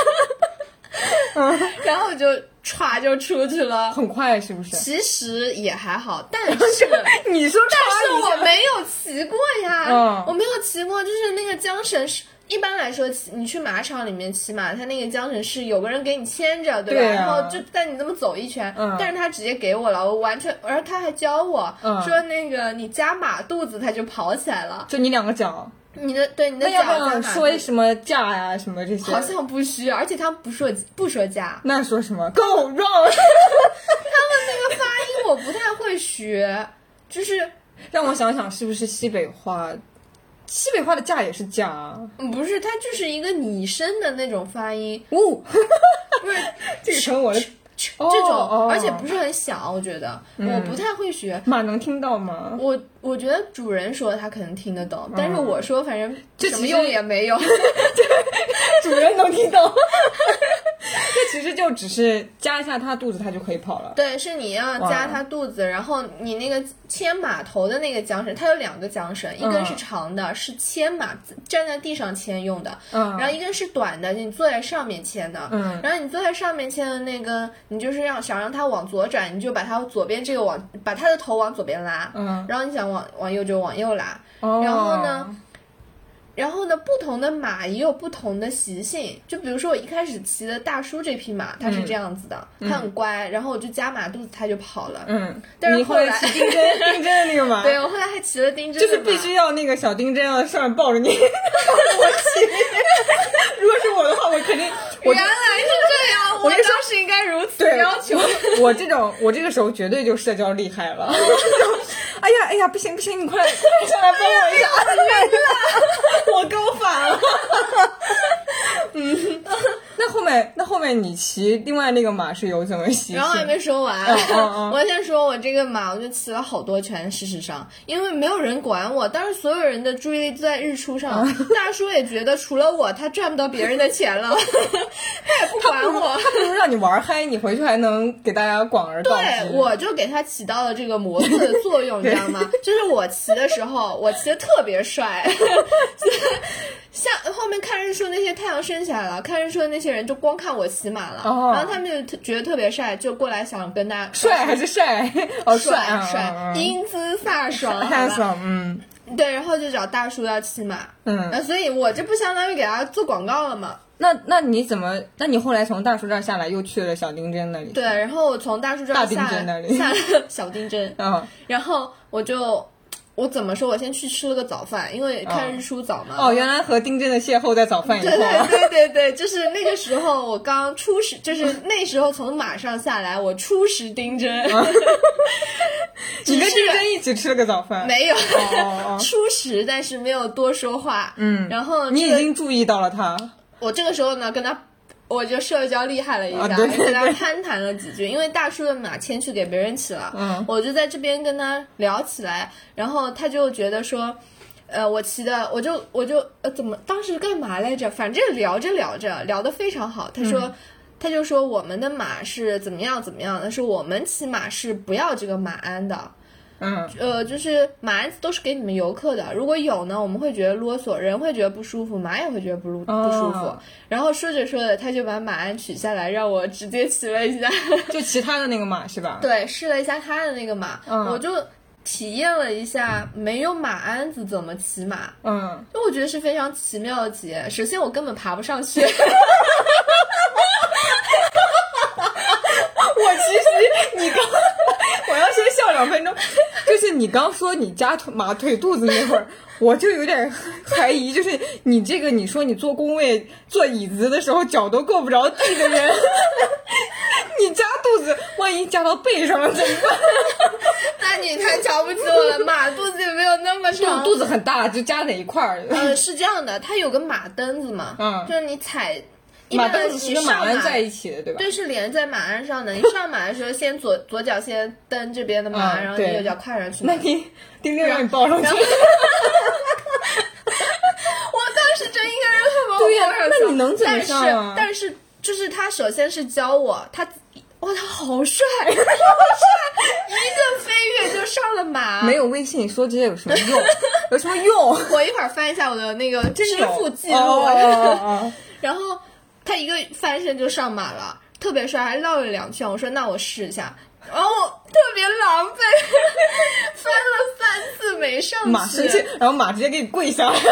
嗯，然后我就歘就出去了， 很快是不是？ 其实也还好，但是你说， 但是我没有骑过呀， 嗯、 我没有骑过，就是那个缰绳是一般来说，你去马场里面骑马，它那个缰绳是有个人给你牵着，对吧？ 对啊、 然后就带你这么走一圈， 嗯、 但是他直接给我了，我完全，而他还教我、 嗯、 说那个你夹马肚子，它就跑起来了， 就你两个脚。 你的对你的脚要不要说什么架呀、啊、什么这些？ 好像不需要，而且他们不说不说架。 那说什么 ？Go run！ 他们那个发音我不太会学，就是让我想想，是不是西北话？西北话的架也是架啊？ 不是，它就是一个拟声的那种发音。 哦， 不是， 这个成我的。 这种、 哦、 而且不是很小，我觉得、嗯、我不太会学。 马能听到吗？ 我我觉得主人说他可能听得懂、嗯、但是我说反正什么用也没有主人能听懂这其实就只是夹一下他肚子他就可以跑了。 对，是你要夹他肚子，然后你那个牵马头的那个缰绳，它有两个缰绳，一根是长的、嗯、是牵马站在地上牵用的、嗯、然后一根是短的，你坐在上面牵的。 嗯， 然后你坐在上面牵的那个你就是让想让它往左转，你就把它左边这个往把它的头往左边拉， 嗯， 然后你想往往右就往右拉， 哦、 然后呢然后呢不同的马也有不同的习性，就比如说我一开始骑的大叔这匹马它是这样子的、嗯、它很乖，然后我就夹马肚子它就跑了。 嗯， 但是后来骑丁真丁真的那个马对，我后来还骑了丁真就是必须要那个小丁真要上面抱着你我骑如果是我的话我肯定我原来是这样，我当时应该如此要求我这种我这个时候绝对就社交厉害了哎呀哎呀不行不行你快快上来帮我一下我高反了嗯，那后面那后面你骑另外那个马是有怎么习性？ 然后还没说完、 嗯嗯嗯、 我先说我这个马我就骑了好多圈，事实上因为没有人管我，当时所有人的注意力都在日出上、嗯、大叔也觉得除了我他赚不到别人的钱了他也不管我， 他不如让你玩嗨，你回去还能给大家广而告之。 对，我就给他起到了这个模特的作用你知道吗？就是我骑的时候我骑的特别帅像后面看日出那些太阳升起来了，看日出的那些人就光看我骑马了、 哦、 然后他们就觉得特别帅，就过来想跟大家帅还是帅哦帅帅、 嗯、 英姿飒爽飒爽嗯对，然后就找大叔要骑马嗯， 那所以我这不相当于给他做广告了吗？ 那那你怎么？那你后来从大叔这儿下来，又去了小丁真那里？ 对，然后我从大叔这儿下来， 大丁真那里下小丁真， 嗯， 然后我就我怎么说？我先去吃了个早饭，因为看日出早嘛。 哦，原来和丁真的邂逅在早饭以后。 对对对对对，就是那个时候我刚初识，就是那时候从马上下来，我初识丁真。 你跟丁真一起吃了个早饭？ 没有， 哦哦初识，但是没有多说话。 嗯， 然后、这个、 你已经注意到了他。 我这个时候呢，跟他我就社交厉害了一下， 啊、对对对跟他攀谈了几句，因为大叔的马牵去给别人骑了， 嗯， 我就在这边跟他聊起来，然后他就觉得说。呃，我骑的，我就我就呃，怎么当时干嘛来着？反正聊着聊着，聊得非常好。他说，嗯、他就说我们的马是怎么样怎么样的，是我们骑马是不要这个马鞍的。 嗯， 呃，就是马鞍子都是给你们游客的，如果有呢，我们会觉得啰嗦，人会觉得不舒服，马也会觉得不不舒服。哦、然后说着说着，他就把马鞍取下来，让我直接骑了一下， 就骑他的那个马是吧？ 对，试了一下他的那个马， 嗯、 我就。体验了一下没有马鞍子怎么骑马， 嗯， 就我觉得是非常奇妙的体验。首先我根本爬不上去，我其实你刚我要先笑两分钟，就是你刚说你夹马腿肚子那会儿，我就有点怀疑，就是你这个你说你坐工位坐椅子的时候脚都够不着地的人，你夹肚子万一夹到背上了怎么办？ 那你太瞧不起我了，马肚子也没有那么长， 肚子很大，就夹哪一块儿？ 呃，是这样的，它有个马蹬子嘛， 嗯， 就是你踩。 马蹬子是跟马鞍在一起的，对吧？ 对，是连在马鞍上的。你上马的时候，先左左脚先蹬这边的马鞍， 嗯、 然后你右脚跨上去。 那你丁丁让你抱上去。我当时真应该让他把我抱上去。 那你能怎么上啊？ 但是，但是就是他首先是教我，他哇，他好帅，好帅，一个飞跃就上了马。 没有微信说这些有什么用？有什么用？ 我一会儿翻一下我的那个支付记录。 哦哦哦、 然后。他一个翻身就上马了，特别帅，还绕了两圈。我说那我试一下，然后特别狼狈，翻了三次没上去。 马生气，然后马直接给你跪下来。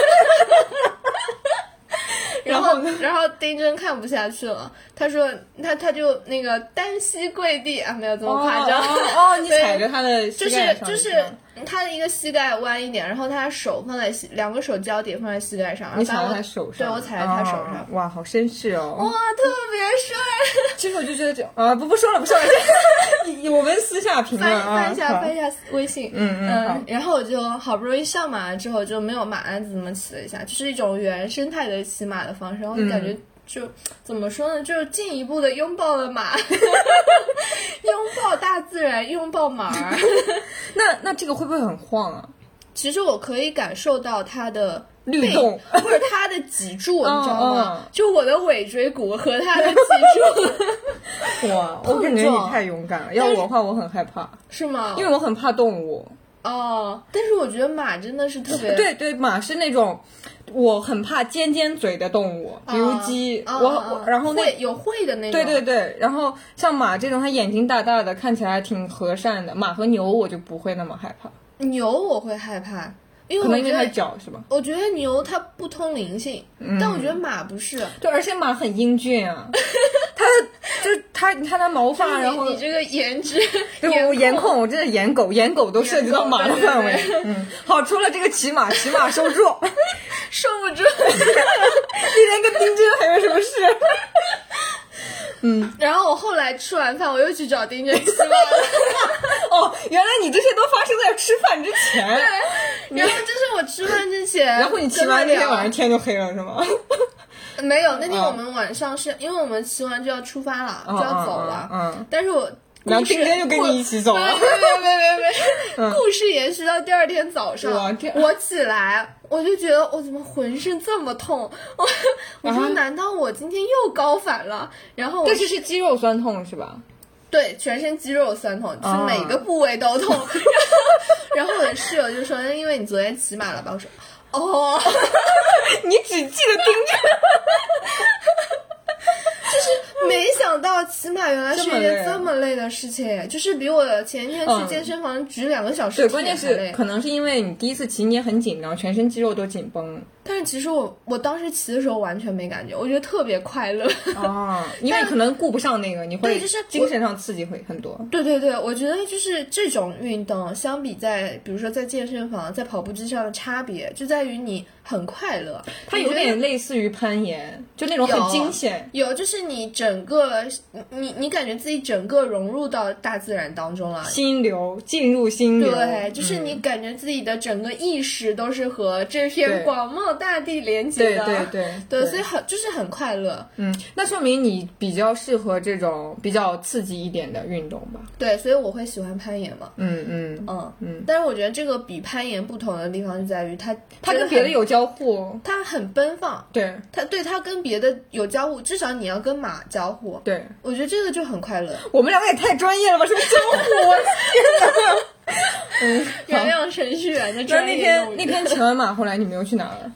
然后，然后丁真看不下去了，他说他他就那个单膝跪地啊，没有这么夸张。 哦，哦哦你踩着他的膝盖上，就是就是。他的一个膝盖弯一点，然后他手放在膝，两个手交叠放在膝盖上， 你踩在他手上， 对，我踩在他手上， 哦、哇，好绅士哦！ 哇，特别帅。 其实我就觉得这啊，不不说了，不说了，我们私下评论啊， 翻一下翻一下微信， 嗯嗯嗯，然后我就好不容易上马了之后，就没有马鞍子这么骑了一下，就是一种原生态的骑马的方式，然后感觉。嗯就怎么说呢？就是进一步的拥抱了马，拥抱大自然，拥抱马儿。 那那这个会不会很晃啊？ 其实我可以感受到它的律动， 或者它的脊柱， 哦、 你知道吗？ 哦、 就我的尾椎骨和它的脊柱。哇，我感觉你太勇敢了。要我的话，我很害怕。 是吗？ 因为我很怕动物。 哦，但是我觉得马真的是特别对对，马是那种我很怕尖尖嘴的动物，比如鸡， 啊、 我、 啊、 然后那有喙的那种， 对对对，然后像马这种，它眼睛大大的，看起来挺和善的，马和牛我就不会那么害怕。 牛我会害怕。因为可能因为它脚是吧？ 我觉得牛它不通灵性， 嗯、 但我觉得马不是。 对，而且马很英俊啊，它就是它，你看它毛发，然后你这个颜值， 对我颜控，我真的颜狗，颜狗都涉及到马的范围。 对对对嗯，好，除了这个骑马，骑马收住， 收不住。 你连个丁真还有什么事？嗯， 然后我后来吃完饭，我又去找丁真骑马了。 哦，原来你这些都发生在吃饭之前。 对，然后这是我吃饭之前。 然后你骑完那天晚上天就黑了是吗？ 没有，那天我们晚上是、哦、因为我们骑完就要出发了， 哦、 就要走了。 嗯，嗯但是我。 然后丁真就跟你一起走了。 没没没没没，嗯、故事延续到第二天早上，我起来我就觉得我怎么浑身这么痛？我我说难道我今天又高反了？然后我但是是肌肉酸痛是吧？ 对，全身肌肉酸痛，就是每个部位都痛。哦、然后我的室友就说：“因为你昨天骑马了吧？”我说：“哦， 你只记得丁真。” 就是没想到骑马原来是一件这么累的事情，就是比我前一天去健身房举两个小时、 嗯、对，关键是可能是因为你第一次骑你也很紧张，全身肌肉都紧绷。 但是其实我我当时骑的时候完全没感觉，我觉得特别快乐啊，因为可能顾不上那个，你会就是精神上刺激会很多。 对对对，我觉得就是这种运动相比在比如说在健身房在跑步机上的差别就在于你很快乐， 它有点类似于攀岩，就那种很惊险。 有，有就是你整个你你感觉自己整个融入到大自然当中了， 心流进入心流。 对，就是你感觉自己的整个意识都是和这片广袤大地连接的， 对对对对，对所以很就是很快乐。 嗯，那说明你比较适合这种比较刺激一点的运动吧？ 对，所以我会喜欢攀岩嘛。 嗯嗯嗯嗯。但是我觉得这个比攀岩不同的地方就在于它， 它跟别的有交互， 它很奔放。 对， 它对它跟别的有交互，至少你要跟马交互。 对， 我觉得这个就很快乐。 我们两个也太专业了吧？什么交互？我天哪！ 嗯，原谅程序员的专业。 那天那天骑完马后来你们又去哪了？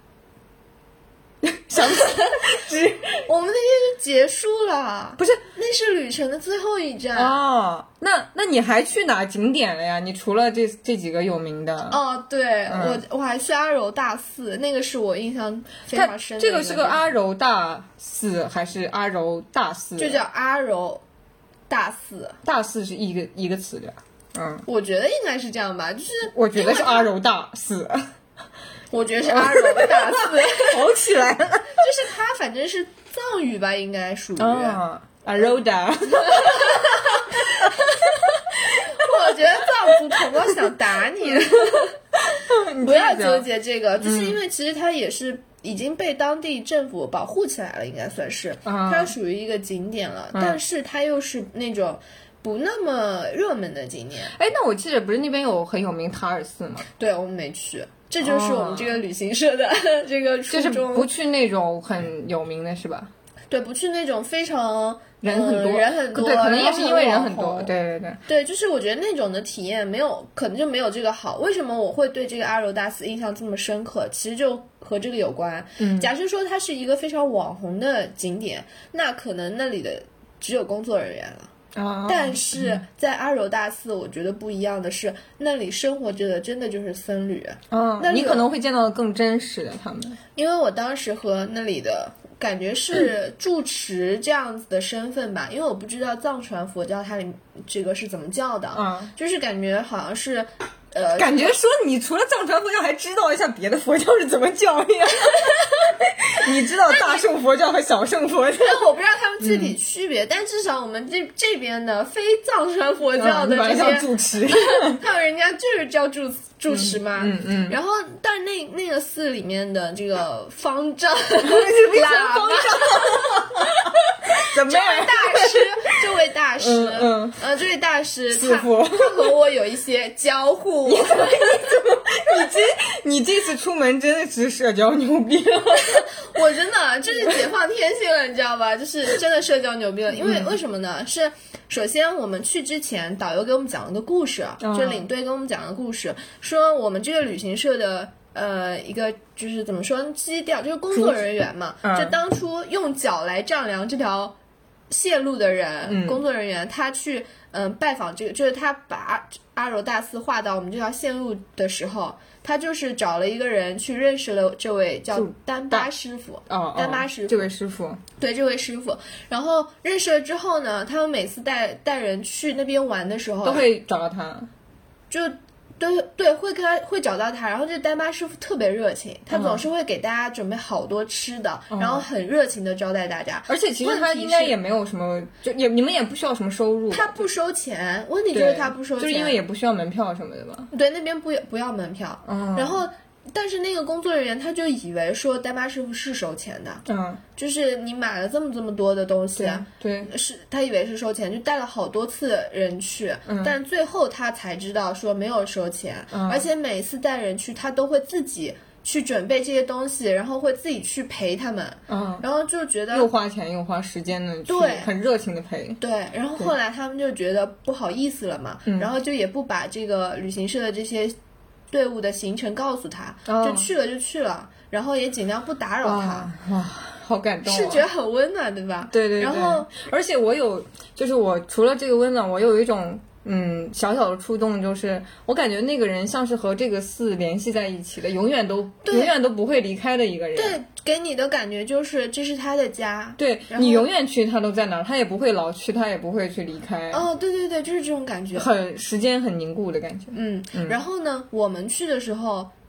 想不起来， 我们那天就结束了。 不是， 那是旅程的最后一站哦。那那你还去哪景点了呀？你除了这这几个有名的？ 哦，对、 嗯、 我我还去阿柔大寺，那个是我印象非常深的。 这个是个阿柔大寺还是阿柔大寺？ 就叫阿柔大寺。 大寺是一个一个词的。嗯， 我觉得应该是这样吧，就是我觉得是阿柔大寺。 我觉得是阿柔大寺， 好起来了， 就是它反正是藏语吧，应该属于阿柔达。我觉得藏族同胞想打你，不要纠结这个，就是因为其实它也是已经被当地政府保护起来了，应该算是，它属于一个景点了， 嗯、 但是它又是那种不那么热门的景点。 哎，那我记得不是那边有很有名塔尔寺吗？ 对，我们没去。这就是我们这个旅行社的、哦、这个初衷， 就是不去那种很有名的是吧？ 对，不去那种非常人很多、 呃、人很多， 对，可能也是因为人很多。 对对对对，就是我觉得那种的体验没有，可能就没有这个好。为什么我会对这个阿柔大寺印象这么深刻？其实就和这个有关。 嗯， 假设说它是一个非常网红的景点，那可能那里的只有工作人员了。 哦、 但是在阿柔大寺我觉得不一样的是，那里生活着的真的就是僧侣。 嗯，那你可能会见到更真实的他们。 因为我当时和那里的感觉是住持这样子的身份吧，因为我不知道藏传佛教它里这个是怎么叫的。 嗯， 就是感觉好像是呃， 感觉说你除了藏传佛教还知道一下别的佛教是怎么叫呀？你知道大乘佛教和小乘佛教？ 但我不知道他们具体区别，嗯、但至少我们这这边的非藏传佛教的这些、 嗯、住持， 他们人家就是叫住住持嘛。 嗯 嗯, 嗯。 然后，但是那那个寺里面的这个方丈， 什么叫方丈？怎么这位大师，这位大师， 嗯嗯， 呃，这位大师， 师傅， 他和我有一些交互。 你怎么？你这你这次出门真的是社交牛逼了。 我真的这是解放天性了，你知道吧？就是真的社交牛逼了。因为、嗯、为什么呢？是首先我们去之前，导游给我们讲了个故事， 嗯、 就领队给我们讲了个故事，说我们这个旅行社的。呃，一个就是怎么说基调，就是工作人员嘛， 嗯、 就当初用脚来丈量这条线路的人， 嗯、 工作人员他去嗯、呃、拜访这个，就是他把阿阿柔大寺划到我们这条线路的时候，他就是找了一个人去认识了这位叫丹巴师傅， 哦， 丹巴师傅， 这位师傅， 对，这位师傅，然后认识了之后呢，他们每次带带人去那边玩的时候， 都会找到他， 就。对对，会跟他会找到他，然后这丹巴师傅特别热情，他总是会给大家准备好多吃的， 嗯、 然后很热情的招待大家。 而且其实他应该也没有什么，就也你们也不需要什么收入。 他不收钱，问题就是他不收钱， 就是因为也不需要门票什么的吧？ 对，那边不不要门票。 嗯， 然后。但是那个工作人员他就以为说丹巴师傅是收钱的， 嗯， 就是你买了这么这么多的东西， 对， 对是他以为是收钱，就带了好多次人去， 嗯、 但最后他才知道说没有收钱， 嗯、 而且每次带人去他都会自己去准备这些东西，然后会自己去陪他们， 嗯， 然后就觉得又花钱又花时间的， 对， 很热情的陪， 对，然后后来他们就觉得不好意思了嘛， 嗯、 然后就也不把这个旅行社的这些。队伍的行程告诉他， 哦、 就去了就去了，然后也尽量不打扰他。 哇，哇好感动、啊， 视觉很温暖，对吧？ 对对对。 然后， 而且我有，就是我除了这个温暖，我有一种嗯小小的触动，就是我感觉那个人像是和这个寺联系在一起的，永远都永远都不会离开的一个人。 对，给你的感觉就是这是他的家。 对，你永远去他都在哪儿，他也不会老去，他也不会去离开。 哦，对对对，就是这种感觉， 很时间很凝固的感觉。 嗯，嗯然后呢，我们去的时候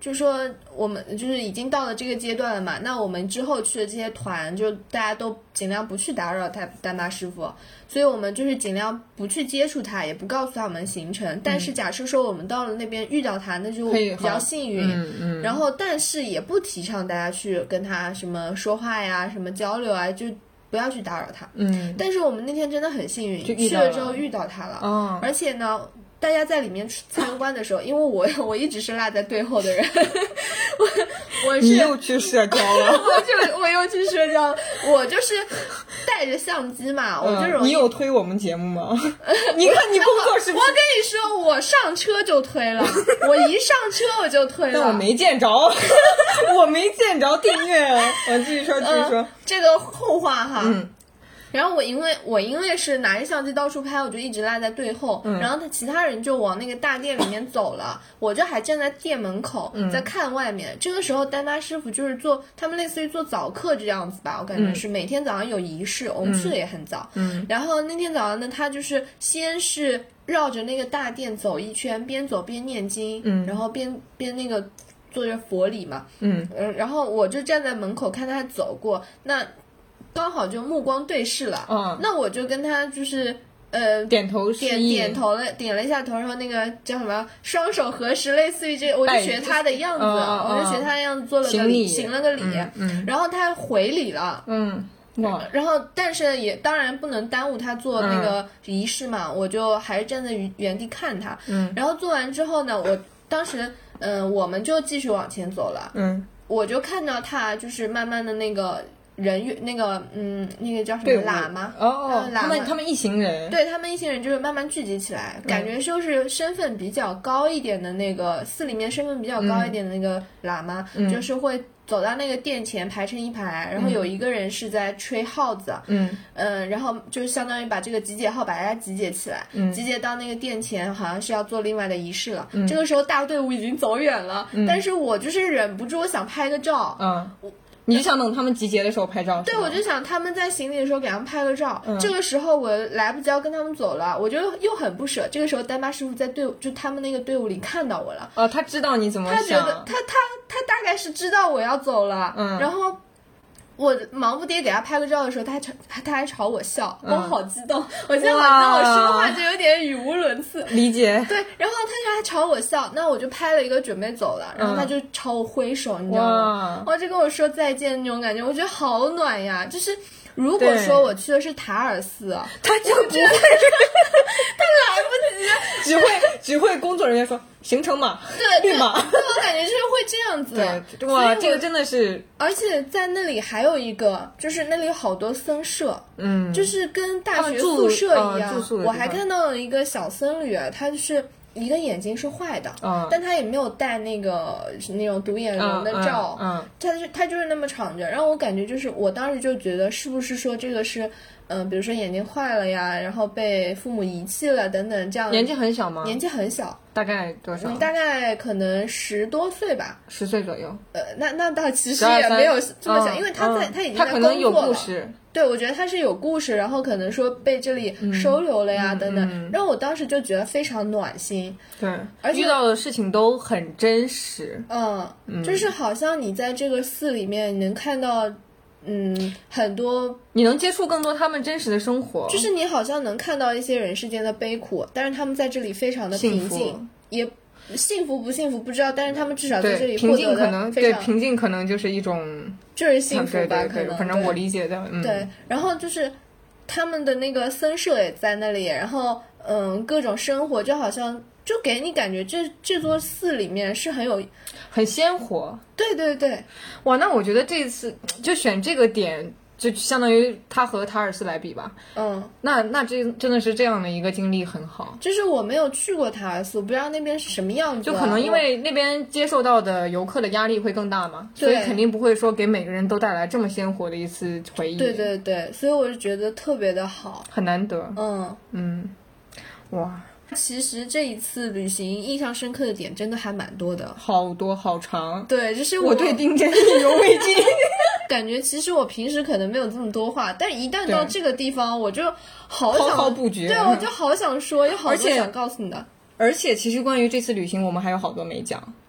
就说我们就是已经到了这个阶段了嘛，那我们之后去的这些团，就大家都尽量不去打扰他丹巴师傅，所以我们就是尽量不去接触他，也不告诉他我们行程。但是假设说我们到了那边遇到他，那就比较幸运。 嗯嗯。 然后，但是也不提倡大家去跟他什么说话呀、什么交流啊，就不要去打扰他。 嗯。 但是我们那天真的很幸运，去了了之后遇到他了。 哦。 而且呢。大家在里面参观的时候，因为我我一直是落在最后的人，我我是你又去社交了， 我就我又去社交了，我就是带着相机嘛， 嗯、 我就容易。 你有推我们节目吗？你看你工作是不是？ 我跟你说，我上车就推了，我一上车我就推了。 但我没见着，我没见着订阅。我继续说，继续说、呃， 这个后话哈。 嗯。 然后我因为我因为是拿着相机到处拍，我就一直落在队后。 嗯、 然后他其他人就往那个大店里面走了，我就还站在店门口、 嗯、 在看外面。这个时候丹巴师傅就是做他们类似于做早课这样子吧，我感觉是、嗯、每天早上有仪式，我们去的也很早。 嗯。 然后那天早上呢，他就是先是绕着那个大殿走一圈，边走边念经， 嗯， 然后边边那个做着佛礼嘛， 嗯嗯，然后我就站在门口看他走过那。刚好就目光对视了， 嗯， 那我就跟他就是呃点头点点头了，点了一下头，然后那个叫什么双手合十，类似于这，我就学他的样子， 嗯、 我就学他的样子做了个礼，行了个礼， 嗯嗯、 然后他回礼了， 嗯，哇， 然后但是也当然不能耽误他做那个仪式嘛，嗯、我就还是站在原地看他， 嗯， 然后做完之后呢，我当时嗯、呃、我们就继续往前走了， 嗯， 我就看到他就是慢慢的那个。人乐那个嗯那个叫什么喇嘛哦， 喇嘛他们他们一行人， 对他们一行人就是慢慢聚集起来， 嗯、 感觉就是身份比较高一点的那个寺里面身份比较高一点的那个喇嘛， 嗯、 就是会走到那个殿前排成一排，然后有一个人是在吹号子， 嗯嗯、呃，然后就相当于把这个集结号把大家集结起来， 嗯， 集结到那个殿前，好像是要做另外的仪式了。 嗯， 这个时候大队伍已经走远了， 嗯、 但是我就是忍不住我想拍个照， 嗯，我。你就想等他们集结的时候拍照？ 对，我就想他们在行礼的时候给他们拍个照。 嗯、 这个时候我来不及要跟他们走了，我就又很不舍。这个时候丹巴师傅在队伍，就他们那个队伍里看到我了。 哦，他知道你怎么想。 他觉得他他他大概是知道我要走了。 嗯。 然后我忙不迭给他拍个照的时候，他还朝他还朝我笑，我好激动。嗯、我现在晚上我说话就有点语无伦次。 理解。 对，然后他就还朝我笑，那我就拍了一个准备走了，然后他就朝我挥手，嗯、你知道吗？哇，就跟我说再见那种感觉，我觉得好暖呀，就是。如果说我去的是塔尔寺， 他就不会， 他来不及， 只会只会工作人员说行程码， 对， 立马， 对我感觉就是会这样子。 对，哇，这个真的是， 而且在那里还有一个，就是那里有好多僧舍， 嗯， 就是跟大学宿舍一样。 呃、 我还看到了一个小僧侣，他就是一个眼睛是坏的， 嗯， 但他也没有戴那个那种独眼龙的罩， 嗯，嗯他是他就是那么敞着，让我感觉就是我当时就觉得是不是说这个是。嗯，比如说眼睛坏了呀，然后被父母遗弃了等等，这样年纪很小吗？ 年纪很小， 大概多少？ 嗯、大概可能十多岁吧， 十岁左右。 呃，那那倒其实也没有这么小， 嗯、 因为他在、 嗯、 他已经在工作了。 他可能有故事。 对，我觉得他是有故事，然后可能说被这里收留了呀， 嗯、 等等， 嗯、 让我当时就觉得非常暖心。 对， 而且遇到的事情都很真实。 嗯， 嗯就是好像你在这个寺里面，你能看到。嗯，很多你能接触更多他们真实的生活， 就是你好像能看到一些人世间的悲苦，但是他们在这里非常的平静，也幸福不幸福不知道，但是他们至少在这里获得的非常对平静，可能就是一种就是幸福吧， 对对对可能反正我理解的，嗯， 对。然后就是他们的那个僧舍也在那里，然后嗯，各种生活就好像。就给你感觉这这座寺里面是很有很鲜活， 对对对， 哇，那我觉得这次就选这个点，就相当于它和塔尔寺来比吧， 嗯， 那那这真的是这样的一个经历很好。 就是我没有去过塔尔寺，我不知道那边是什么样子、啊， 就可能因为那边接受到的游客的压力会更大嘛，所以肯定不会说给每个人都带来这么鲜活的一次回忆。 对对对，所以我就觉得特别的好， 很难得。 嗯嗯，哇。 其实这一次旅行印象深刻的点真的还蛮多的， 好多好长。 对，就是我, 我对丁真意犹未尽。 感觉其实我平时可能没有这么多话，但一旦到这个地方，我就好想滔滔不绝。 对，我就好想说，有好多想告诉你的。 而且其实关于这次旅行，我们还有好多没讲。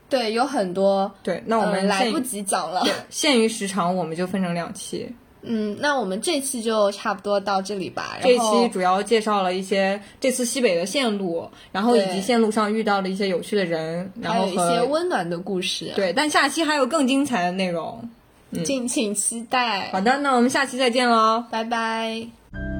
对，有很多。 对，那我们、 呃、来不及讲了。 限于时长，我们就分成两期。 嗯，那我们这期就差不多到这里吧。 这期主要介绍了一些这次西北的线路，然后以及线路上遇到的一些有趣的人，然后还有一些温暖的故事。 对，但下期还有更精彩的内容， 嗯、敬请期待。 好的，那我们下期再见喽， 拜拜。